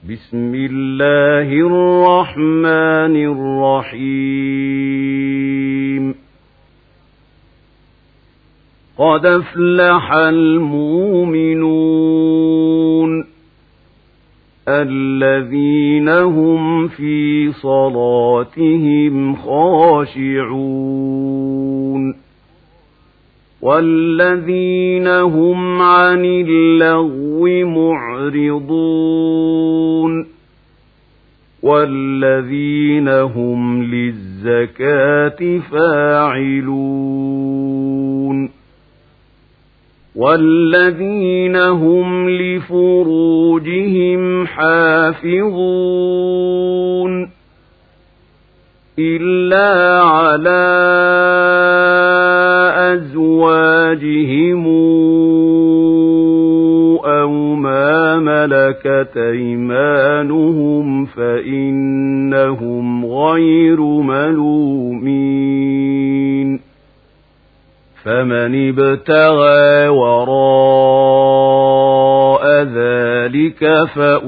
بسم الله الرحمن الرحيم قد أفلح المؤمنون الذين هم في صلاتهم خاشعون والذين هم عن اللغو معرضون والذين هم للزكاة فاعلون والذين هم لفروجهم حافظون إلا على أزواجهم أو ما ملكت أيمانهم فإنهم غير ملومين فمن ابتغى وراء ذلك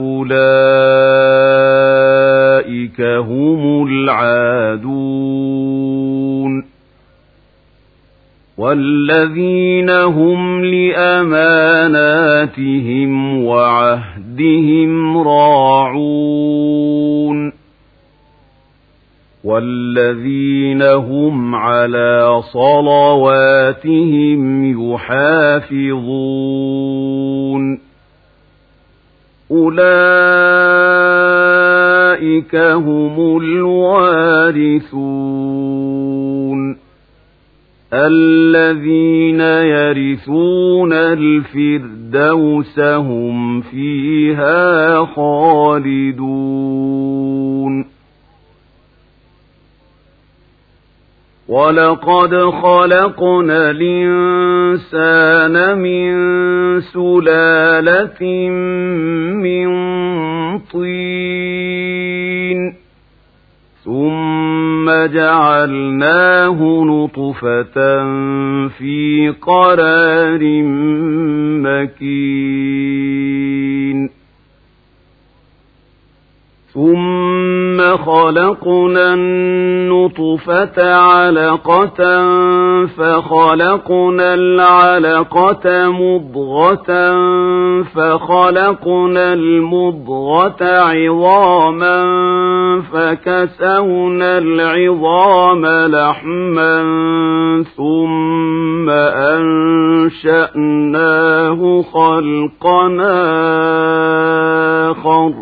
فأولئك هم العادون والذين هم لأماناتهم وعهدهم راعون والذين هم على صلواتهم يحافظون أولئك هم الوارثون الذين يرثون الفردوس هم فيها خالدون ولقد خلقنا الإنسان من سلالة من طين ثم جعلناه نطفة في قرار مكين ثم خلقنا النطفة علقة فخلقنا العلقة مضغة فخلقنا المضغة عظاما فكسونا العظام لحما ثم أنشأناه خلقا آخر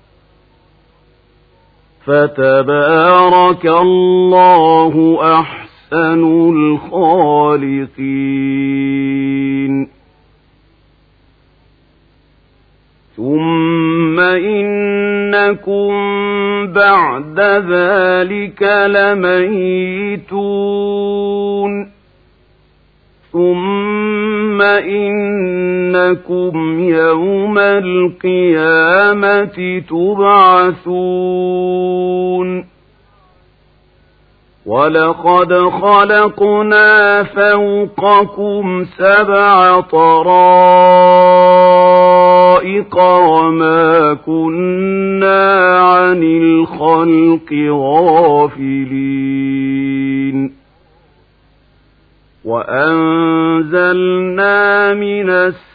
فتبارك الله أحسن الخالقين ثم إنكم بعد ذلك لميتون ثم إنكم يوم القيامة تبعثون ولقد خلقنا فوقكم 7 طرائق وما كنا عن الخلق غافلين وأنزلنا من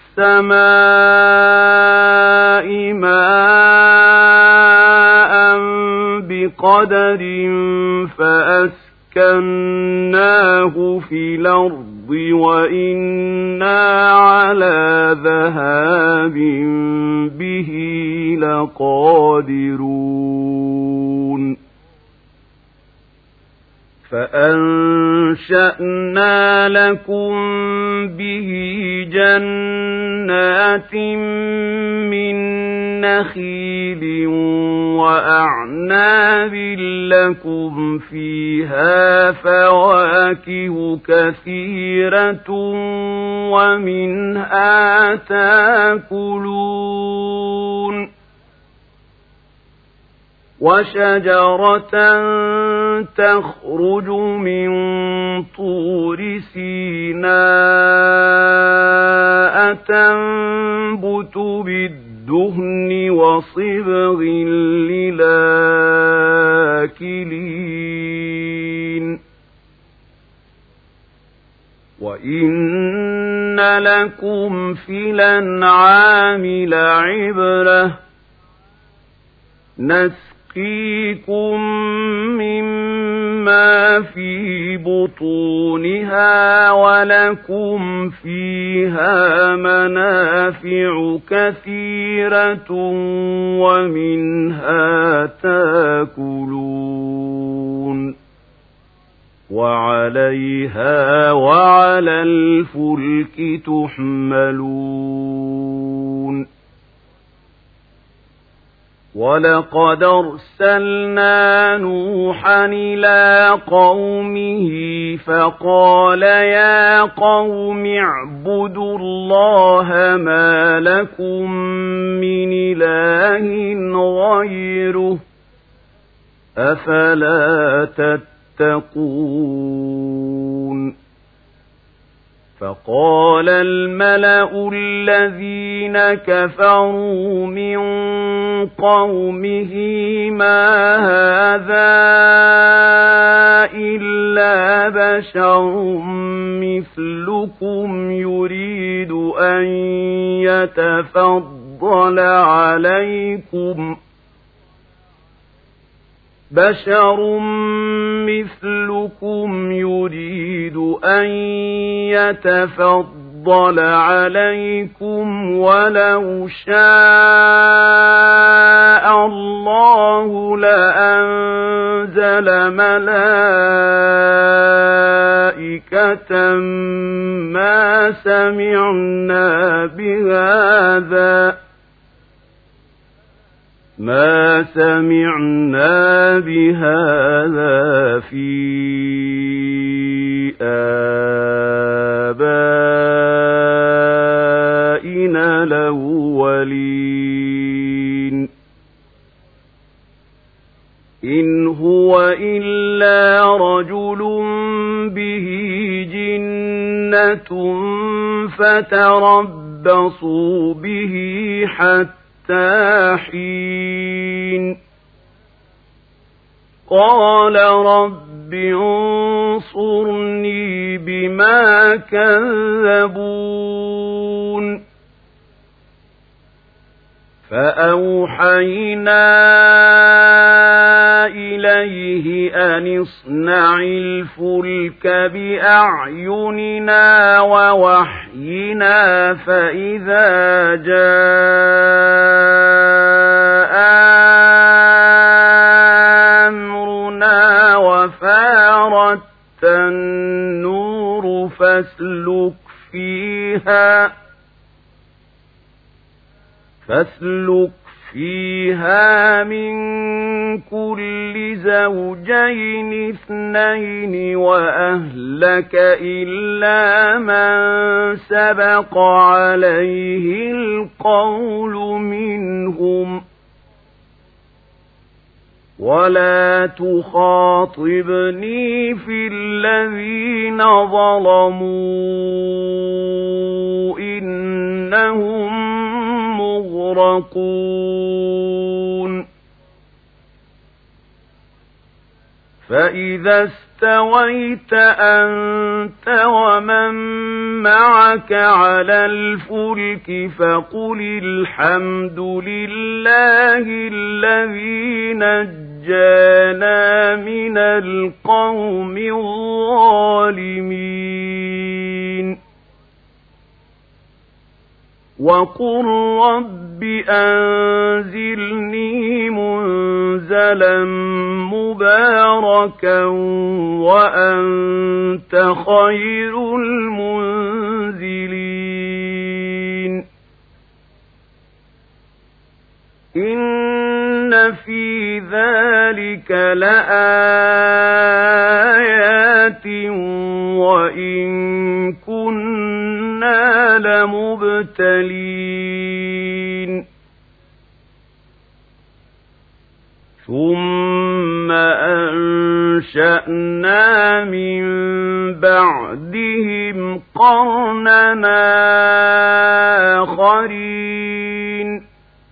السماء ماء بقدر فأسكناه في الأرض وإنا على ذهاب به لقادرون فأنشأنا لكم به جنات من نخيل وأعناب لكم فيها فواكه كثيرة ومنها تأكلون وشجرة تخرج من طور سيناء تنبت بالدين الدهن وصبغ للآكلين وإن لكم في الأنعام لعبرة نسقيكم مما في بطونها ولكم فيها منافع كثيرة ومنها تاكلون وعليها وعلى الفلك تحملون ولقد أرسلنا نوحا إلى قومه فقال يا قوم اعبدوا الله ما لكم من إله غيره أفلا تتقون فقال الملأ الذين كفروا من قومه ما هذا إلا بشر مثلكم يريد أن يتفضل عليكم بشر مثلكم يريد أن يتفضل عليكم ولو شاء الله لأنزل ملائكة ما سمعنا بهذا في آبائنا الأولين إن هو إلا رجل به جنة فتربصوا به حتى حين قال رب انصرني بما كذبون فأوحينا إليه أن اصنع الفلك بأعيننا ووحينا فإذا جاء أمرنا وفارت النور فاسلك فيها من كل زوجين اثنين وأهلك إلا من سبق عليه القول منهم ولا تخاطبني في الذين ظلموا إنهم مغرقون فإذا استويت أنت ومن معك على الفلك فقل الحمد لله الذي نجانا من القوم الظالمين وقل رب أنزلني منزلا مباركا وأنت خير المنزلين إن في ذلك لآيات وإن كنا لمبتلين ثم أنشأنا من بعدهم قرننا آخرين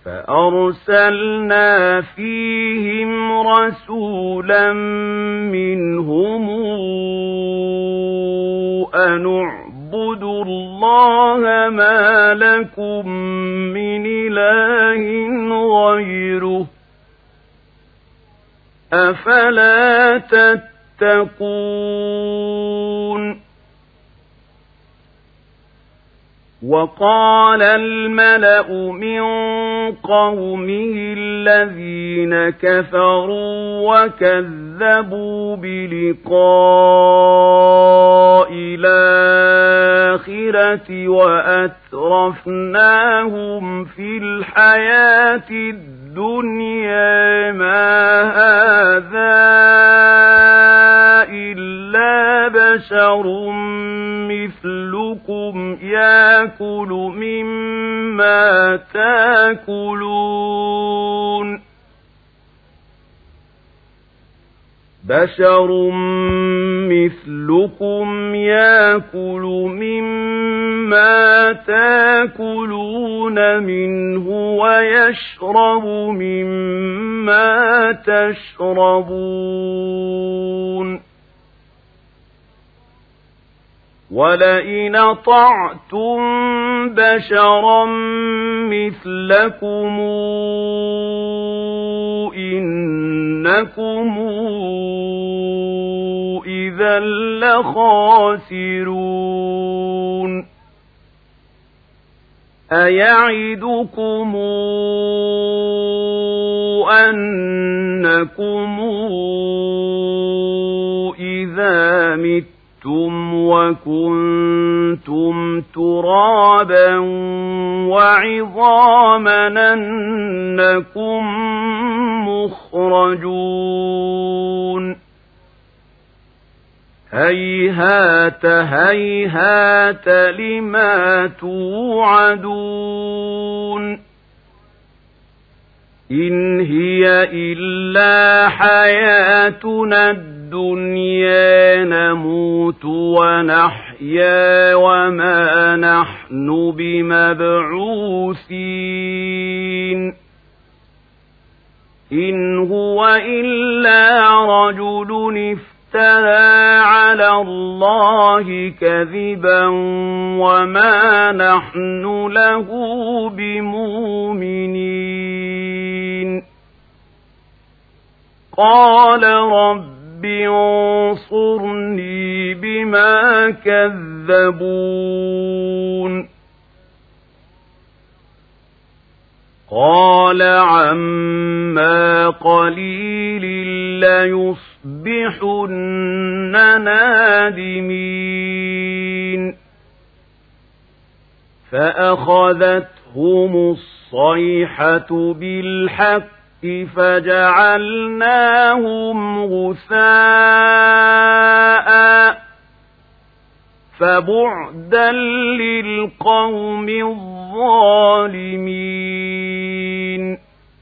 فأرسلنا فيهم رسولا منهم أن اعبدوا الله ما لكم من إله غيره أفلا تتقون وقال الملأ من قومه الذين كفروا وكذبوا بلقاء الآخرة وأترفناهم في الحياة الدنيا ما هذا إلا بشر مثلكم يأكل مما تأكلون بشر مثلكم يأكل مما تأكلون منه ويشرب مما تشربون ولئن أطعتم بشرا مثلكم إنكم إذا لخاسرون أيعدكم أنكم إذا متم وكنتم ترابا وعظاما أنكم مخرجون هيهات هيهات لما توعدون إن هي إلا حياتنا الدنيا نموت ونحيا وما نحن بمبعوثين إن هو إلا رجل افترى على الله كذبا وما نحن له بمؤمنين قال رب انصرني بما كذبون قال عما قليل ليصبحن نادمين فأخذتهم الصيحة بالحق فجعلناهم غثاء فبعدا للقوم الظالمين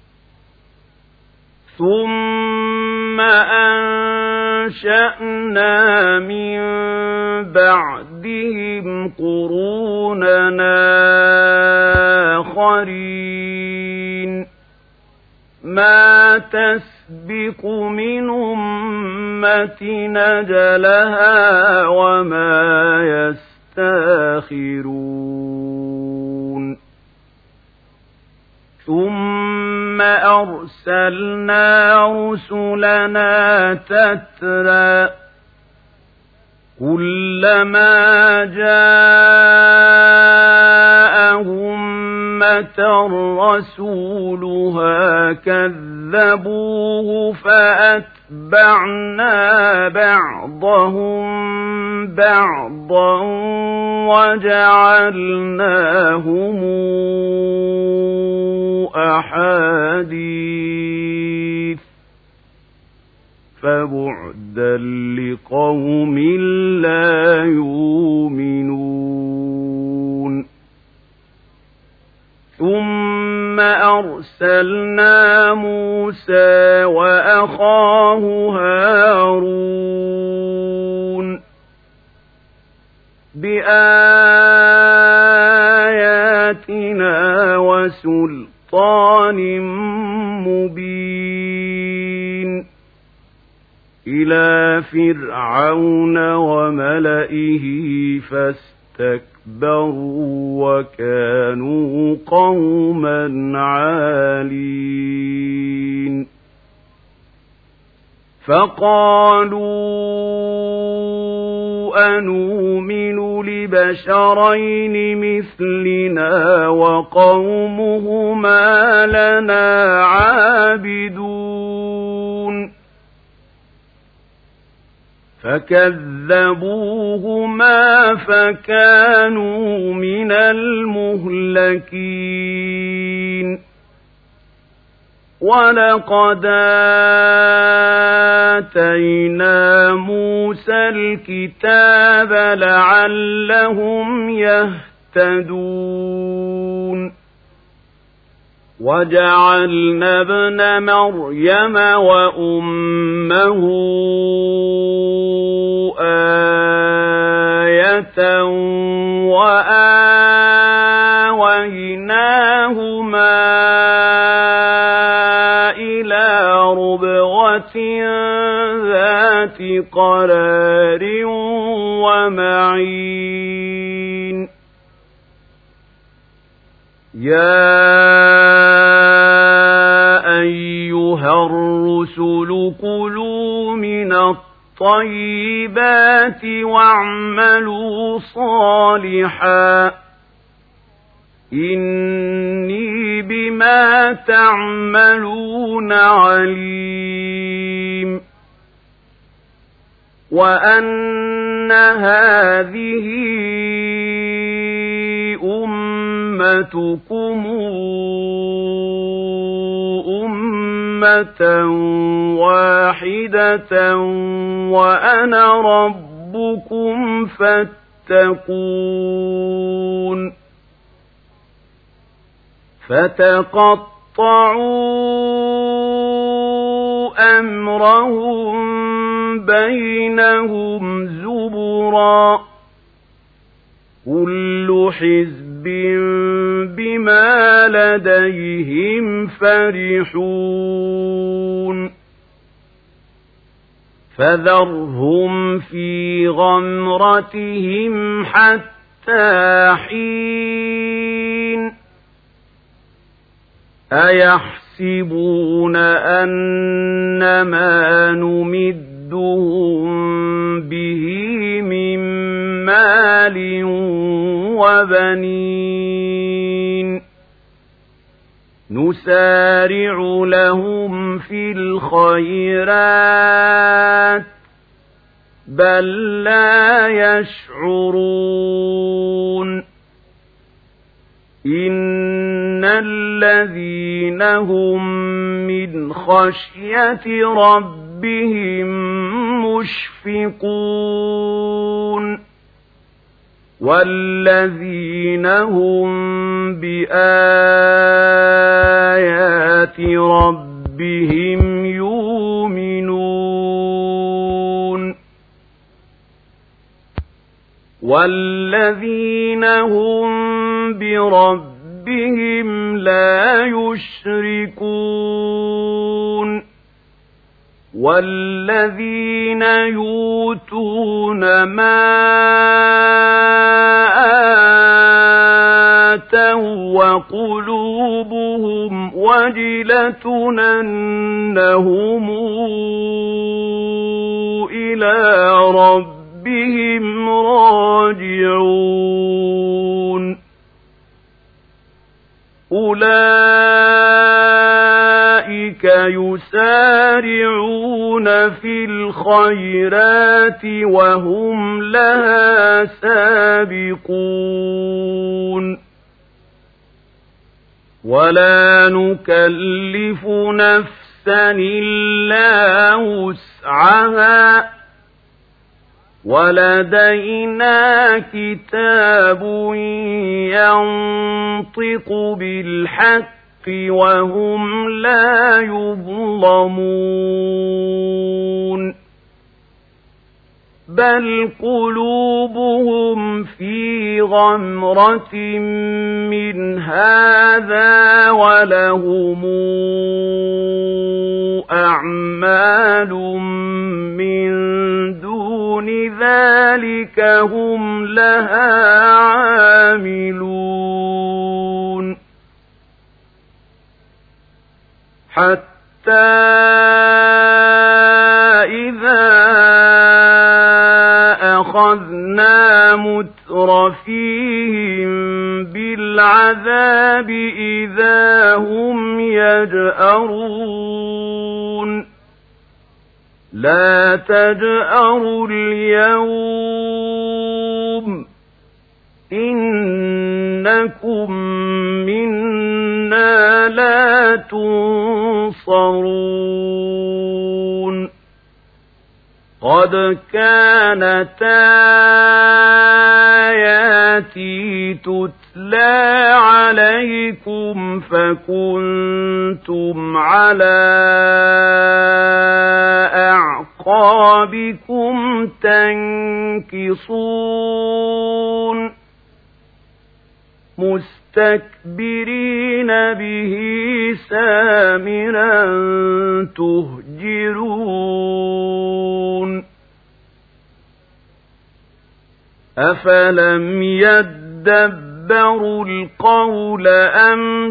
ثم أنشأنا من بعدهم قروننا آخرين ما تسبق من أمة أجلها وما يستاخرون ثم أرسلنا رسلنا تترى كلما جاء أمة رسولها كذبوه فأتبعنا بعضهم بعضا وجعلناهم أحاديث فبعدا لقوم لا يؤمنون ثم أرسلنا موسى وأخاه هارون بآياتنا وسلطان سُلْطَانٍ مُّبِينٍ إِلَى فِرْعَوْنَ وَمَلَئِهِ فَاسْتَكْبَرُوا وَكَانُوا قَوْمًا عَالِينَ فَقَالُوا أَنُؤْمِنُ لِبَشَرَيْنِ مِثْلِنَا وَقَوْمُهُمَا لَنَا عَابِدُونَ فَكَذَّبُوهُمَا فَكَانُوا مِنَ الْمُهْلَكِينَ وَلَقَدْ آتَيْنَا مُوسَى الْكِتَابَ لَعَلَّهُمْ يَهْتَدُونَ وَجَعَلْنَا ابْنَ مَرْيَمَ وَأُمَّهُ آيَةً وَآوَيْنَاهُمَا إِلَى رُبْوَةٍ ذَاتِ قَرَارٍ وَمَعِينٍ يَا أَيُّهَا الرُّسُلُ كُلُوا مِنَ الطَّيِّبَاتِ وَاعْمَلُوا صَالِحًا إِنِّي بِمَا تَعْمَلُونَ عَلِيمٌ وَأَنَّ هَٰذِهِ أُمَّتُكُمْ أُمَّةً وَاحِدَةً وَأَنَا رَبُّكُمْ فَاتَّقُونِ فَتَقَطَّعُوا أَمْرَهُم بَيْنَهُمْ زُبُرًا كُلُّ حِزْبٍ بِمَا لَدَيْهِمْ فَرِحُونَ فَذَرْهُمْ فِي غَمْرَتِهِمْ حَتَّىٰ حِينٍ أَيَحْسَبُونَ أَنَّمَا نُمِدُّهُم بِهِ مِن مَّالٍ وَبَنِينَ نُسَارِعُ لَهُمْ فِي الْخَيْرَاتِ بَل لَّا يَشْعُرُونَ إِنَّ الَّذِينَ هُم مِّنْ خَشْيَةِ رَبِّهِم مُّشْفِقُونَ وَالَّذِينَ هُم بِآيَاتِ رَبِّهِمْ يُؤْمِنُونَ وَالَّذِينَ هُم بِرَبِّهِمْ لَا يُشْرِكُونَ وَالَّذِينَ يُؤْتُونَ مَا آتَوا وَقُلُوبُهُمْ وَجِلَةٌ أَنَّهُمْ إِلَىٰ رَبِّهِمْ راجعون أُولَئِكَ يُسَارِعُونَ فِي الْخَيْرَاتِ وَهُمْ لَهَا سَابِقُونَ وَلَا نُكَلِّفُ نَفْسًا إِلَّا وُسْعَهَا وَلَدَيْنَا كِتَابٌ يَنطِقُ بِالْحَقِّ وَهُمْ لَا يُظْلَمُونَ بَلْ قُلُوبُهُمْ فِي غَمْرَةٍ مِّنْ هَٰذَا ولهم أعمال من دون ذلك هم لها عاملون حتى إذا أخذنا مترفيهم بالعذاب إذا هم يجأرون لا تجأروا اليوم إنكم منا لا تنصرون قد كانت آياتي تتلى عليكم فكنتم على أعقابكم تنكصون مستكبرين به سامرا تهجرون أفلم يدبروا القول أم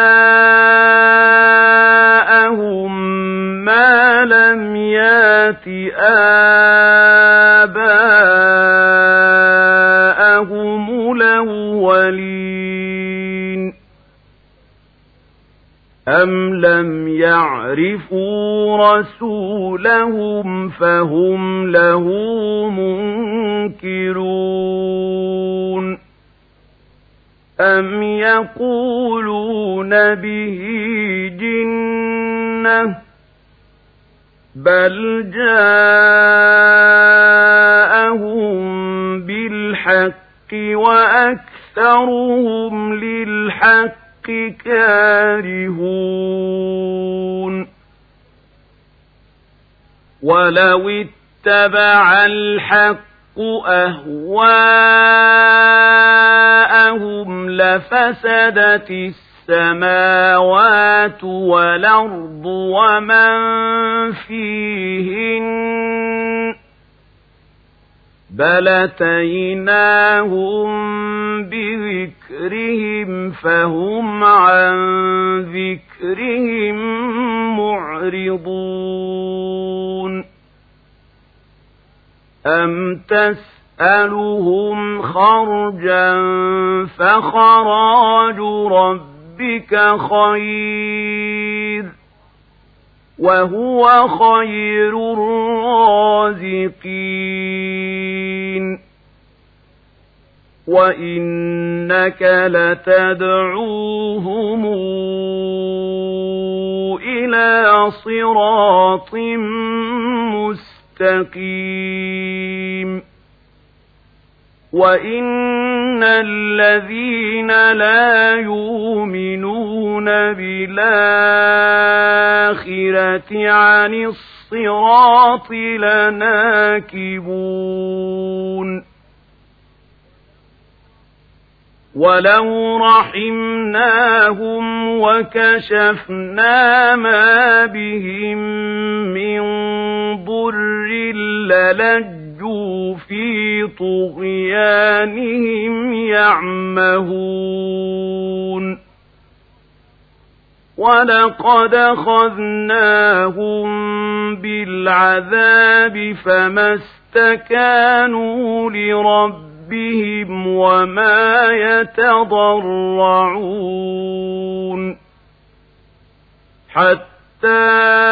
جاءهم ما لم يات آباءهم الأولين أم لم يعرفوا رسولهم فهم له منكرون أم يقولون به جنة بل جاءهم بالحق وأكثرهم للحق كارهون ولو اتبع الحق أهواءهم لفسدت السماوات والأرض ومن فيهن بل أتيناهم بذكرهم فهم عن ذكرهم معرضون أم تسألهم خرجا فخراج ربك خير وهو خير الرازقين وإنك لتدعوهم إلى صراط مستقيم وإن الذين لا يؤمنون بالآخرة عن الصراط لناكبون ولو رحمناهم وكشفنا ما بهم من ضر للجوا في طغيانهم يعمهون ولقد أخذناهم بالعذاب فما استكانوا لربهم وما يتضرعون حتى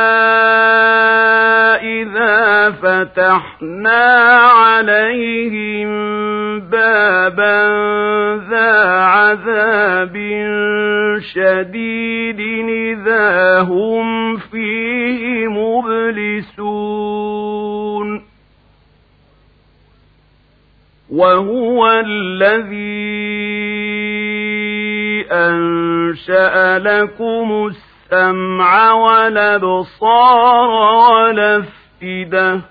إذا فتحنا عليهم بابا ذا عذاب شديد إذا هم فيه مبلسون وهو الذي أنشأ لكم السمع والأبصار والأفئدة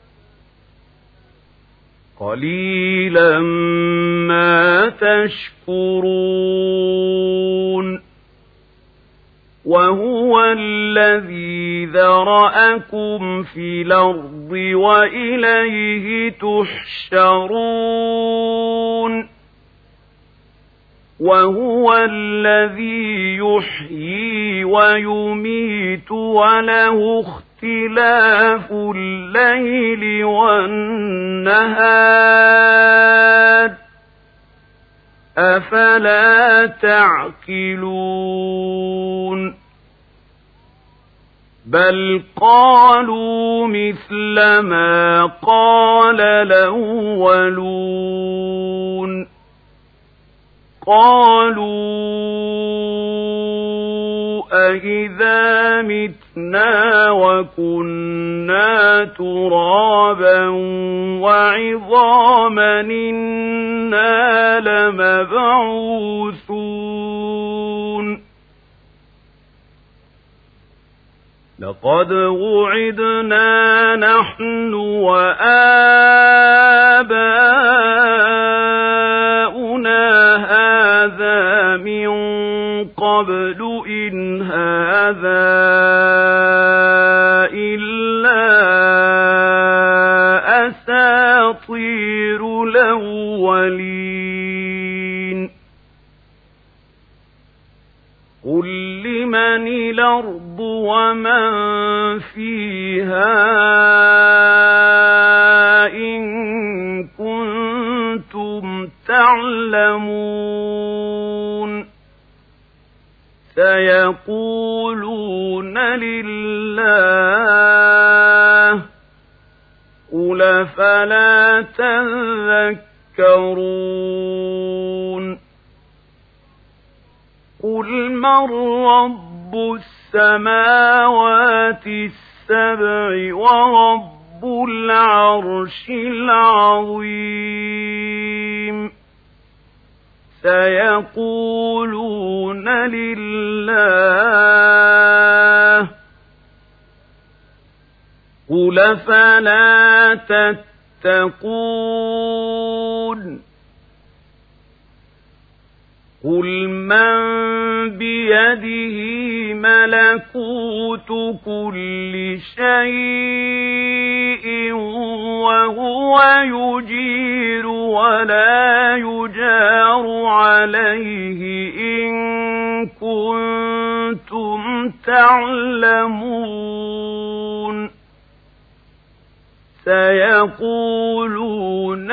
قليلا ما تشكرون وهو الذي ذرأكم في الأرض وإليه تحشرون وهو الذي يحيي ويميت وله اختلاف الليل والنهار أفلا تعقلون بل قالوا مثل ما قال الأولون قالوا أإذا متنا وكنا ترابا وعظاما إنا لمبعوثون لقد وعدنا نحن وآباؤنا هذا من قبل إن هذا إلا أساطير الأولين قل لمن الأرض ومن فيها إن كنتم تعلمون سيقولون لله قل فلا تذكرون قل من رب السماوات السبع ورب العرش العظيم سيقولون لله قل فلا تتقون قل من بيده ملكوت كل شيء وهو يجير ولا يجار عليه إن كنتم تعلمون سيقولون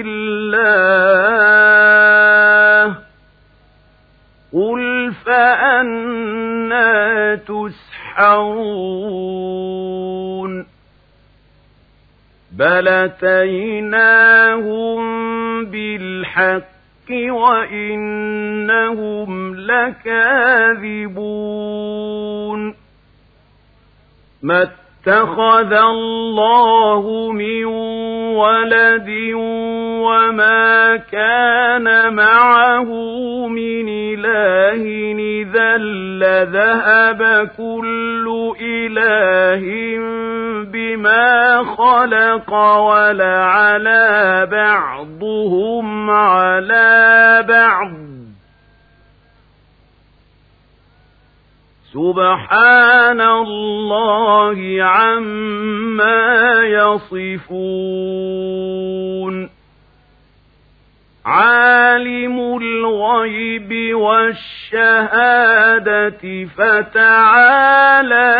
لله قل فأنى تسحرون بل أتيناهم بالحق وإنهم لكاذبون ما اتخذ الله من ولد وما كان معه من إله إذا لذهب كل إله بما خلق ولعلى بعضهم على بعض سبحان الله عما يصفون عالم الغيب والشهادة فتعالى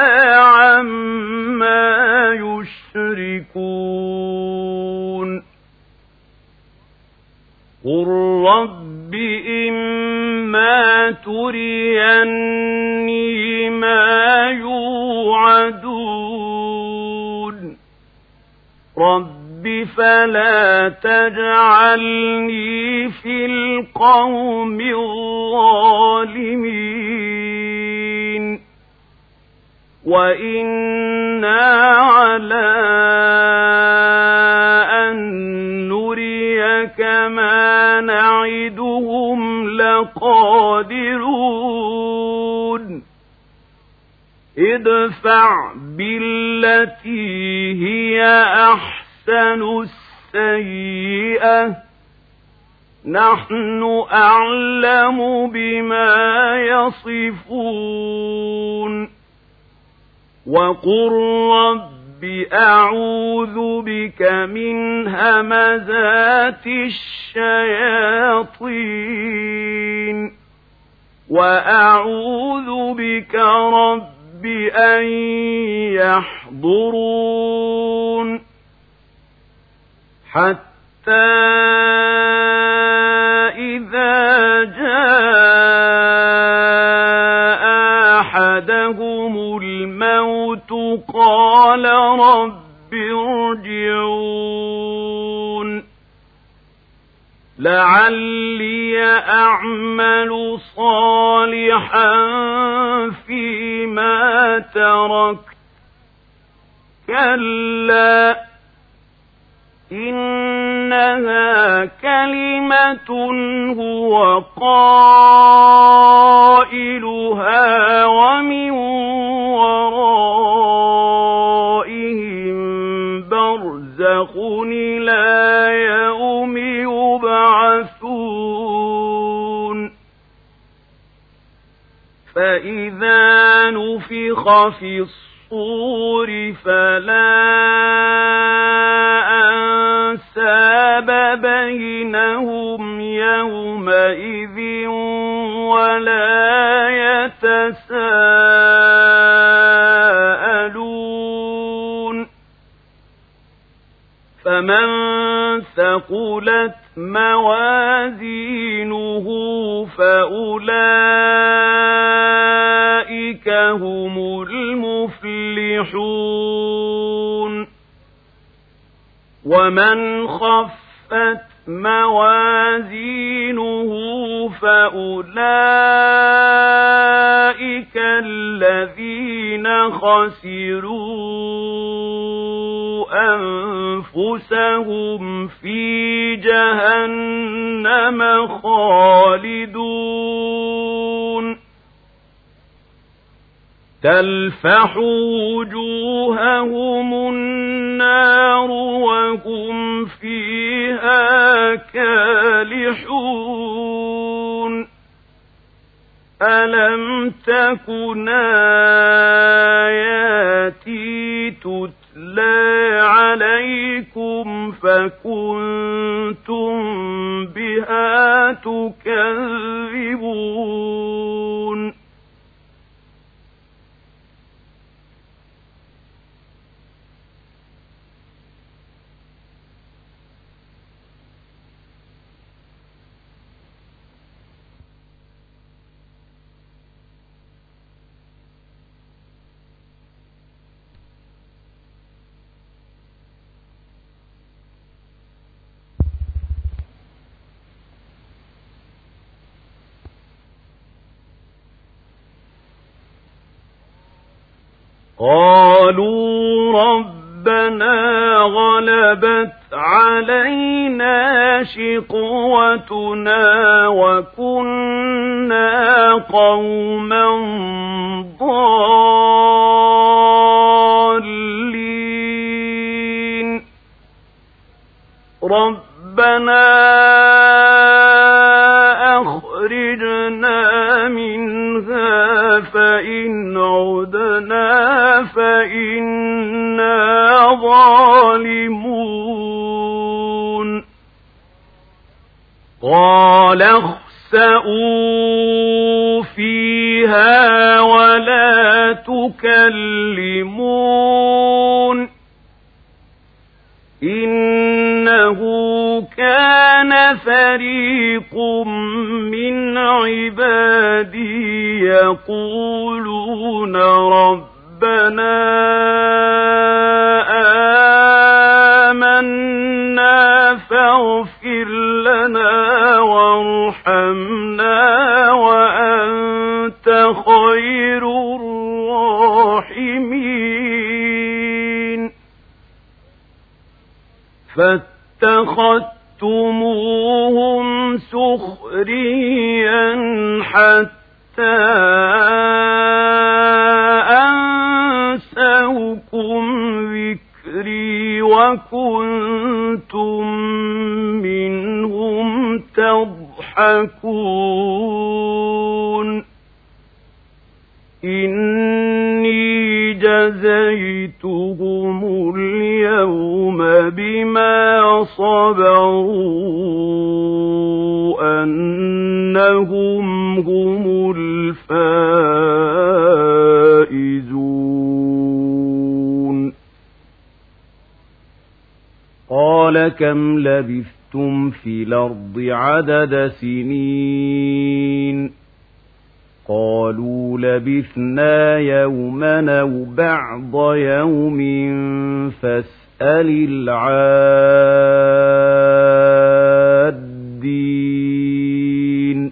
عما يشركون قل رب إما تريني ما يوعدون رب فلا تجعلني في القوم الظالمين وإنا على أن نريك ما نعدهم لقادرون ادفع بالتي هي أحسن السيئة نحن أعلم بما يصفون وقل رب أعوذ بك من همزات الشياطين وأعوذ بك رب أن يحضرون حتى إذا جاء أحدهم الموت قال رب ارجعون لعلي أعمل صالحا فيما تركت كلا إنها كلمة هو قائلها ومن ورائهم برزخ إلى يوم يبعثون فإذا نفخ في الصور فلا أنساب بينهم يومئذ ولا يتساءلون فمن ثقلت موازينه فأولئك هم المفلحون ومن خفت موازينه فأولئك الذين خسروا أنفسهم في جهنم خالدون تلفح وجوههم النار وهم فيها كالحون ألم تكن آياتي تتلى عليكم فكنتم بها تكذبون قالوا ربنا غلبت علينا شقوتنا وكنا قوما ضالين ربنا أخرجنا منها فإن عدنا فإنا ظالمون قال اخسئوا فيها ولا تكلمون إنه كان فريق من عبادي يقولون ربنا آمنا فاغفر لنا وارحمنا وأنت خير الراحمين فاتخذتموهم سخريا حتى أنسوكم ذكري وكنتم منهم تضحكون إني جزيتهم اليوم بما صبروا أنهم هم الفائزون قال كم لبثتم في الأرض عدد سنين قالوا لبثنا يوما أو بعض يوم فاسأل العادين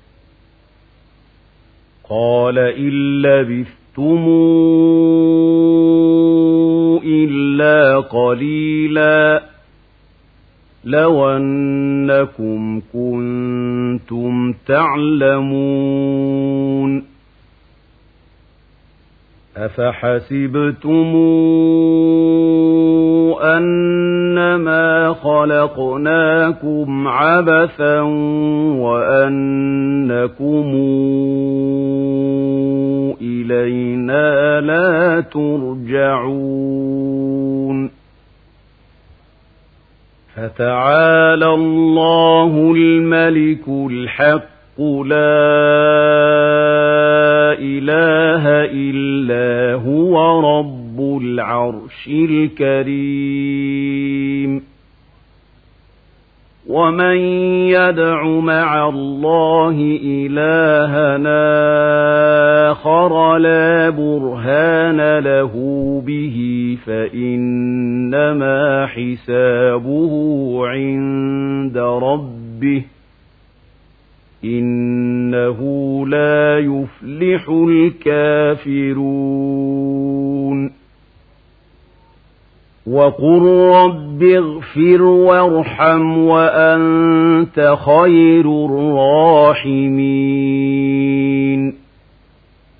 قال إن لبثتم إلا قليلا لو أنكم كنتم تعلمون أفحسبتم أنما خلقناكم عبثا وأنكم إلينا لا ترجعون فتعالى الله الملك الحق لا إله إلا هو رب العرش الكريم ومن يدع مع الله إلهنا آخر لا برهان له به فإنما حسابه عند ربه إنه لا يفلح الكافرون وقل رب اغفر وارحم وأنت خير الراحمين